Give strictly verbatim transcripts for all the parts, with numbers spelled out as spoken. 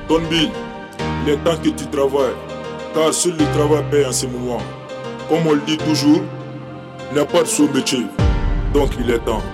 Tonbi, il est temps que tu travailles, car seul le travail paye en ce moment. Comme on le dit toujours, il n'y a pas de sous métier, donc il est temps.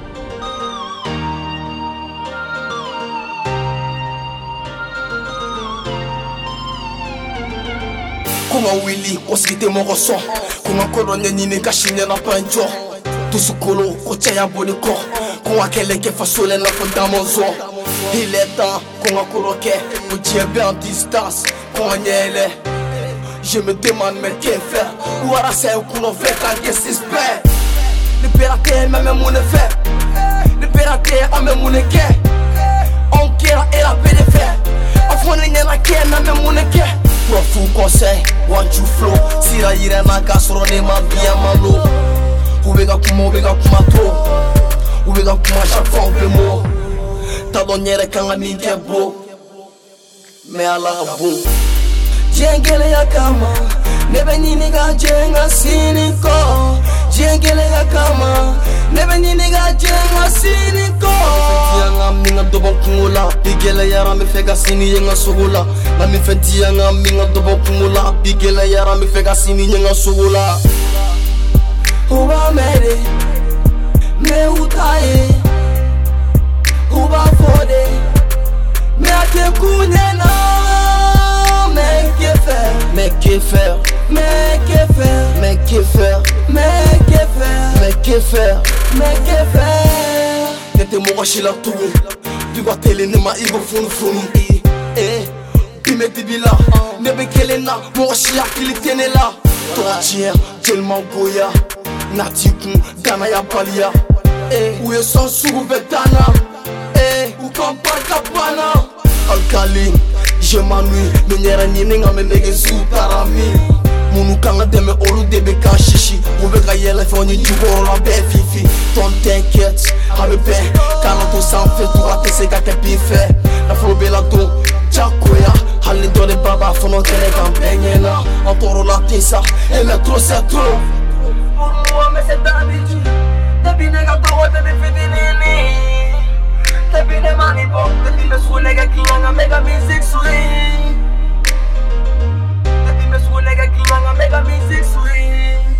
Kunga wili, osikite moko son Kunga kolonye nini kashine na panjo Tusukolo, kochaya boni ko Kunga keleke fasole na fondamozo. Il est temps, Kunga koloke Koutiye bien en distance, Kunga nyele. Je me demande mais qu'est faire. Ouara c'est un coup non fait quand qu'est-ce qui se fait. Le piraté même mon effet. Le piraté a même mon effet. On kira et la paix de fer. A fond n'y a qu'un même mon effet. Profu conseil, one two flow. Sira ira na kasro ne ma bien malo. Ubega kuma ubega kuma to. Ubega kuma chaque fois on peut mot. Ta donnere kanga minke bro. Mais à la bon. Jengele ya kama nebe nini ga jenga siniko. Jengele ya kama nebe nini ga jenga siniko. Nga minga dobo kumula bigele yara mi fega sini yenga sugula. Nga mi fenti nga minga dobo kumula bigele yara mi fega sini yenga sugula. Uba mere me utaye uba fode me ate kunyena. Mais que faire, mais que faire, mais que faire, mais que faire, mais que faire, mais que faire, mais que faire. Nete mora shila tugu, bigwa tele nema igo funu funu. Eh, bime dibila, nebe kelena, mora shia kili tenela. Tortière, tellement goya, natikun, dana ya balia. Eh, où est son sourou betana? Eh, où kampa kapana? Alkaline. Je m'ennuie, mais n'y'a ni nga me nege soutarami. Munu kanga deme olu debe kan shishi. Oube ka yele fe oni jugo la be fifi. Ton t'inquiète, habe be. Kana to san fe tu ate se ka ke pife. La flo be la do, jakoya. Halin do de baba fono kene campagne na. Antoro la tisa, et mais trop c'est trop. Pour moi mais c'est d'habitude. Debi nega toro debi fidinini. Debi ne mani bon, debi me sou nega kilanga mega music swing. Debi me sou nega kilanga mega music swing.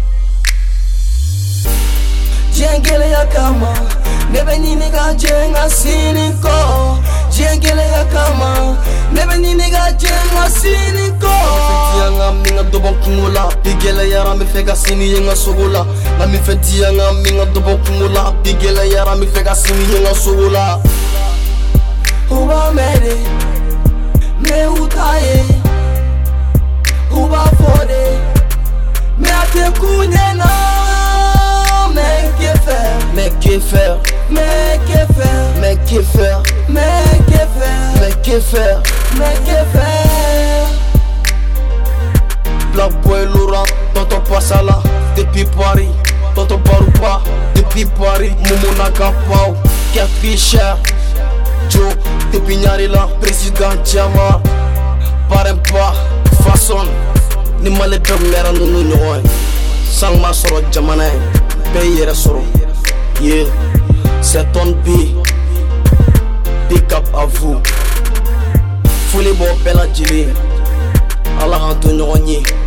Jengele ya kama nebe nini ga jenga siniko. Jengele ya kama nebe nini ga jenga siniko. Nga minga dobo kumula bigele yara mi fega sini yenga sugula. Nga mi fenti nga minga dobo kumula bigele yara mi fega sini yenga sugula. Uba mere me utaye uba fode me ate kunyena. Mais que faire, mais que faire, mais que faire, mais que faire, mais que faire, mais que faire, mais que faire. Black boy Laurent, tonton Passala, depuis Paris, tonton Baroupa, depuis Paris, Momo Nakapao, Cathy Cher, Joe, depuis Nyarila, président Djama, Parempa, Façon, ni male beg mera nunu nyoy, sang ma soro jamana, paye soro, yeah, c'est ton B, big up à vous, foulez bon bella djili, Allah en tout nyonyi.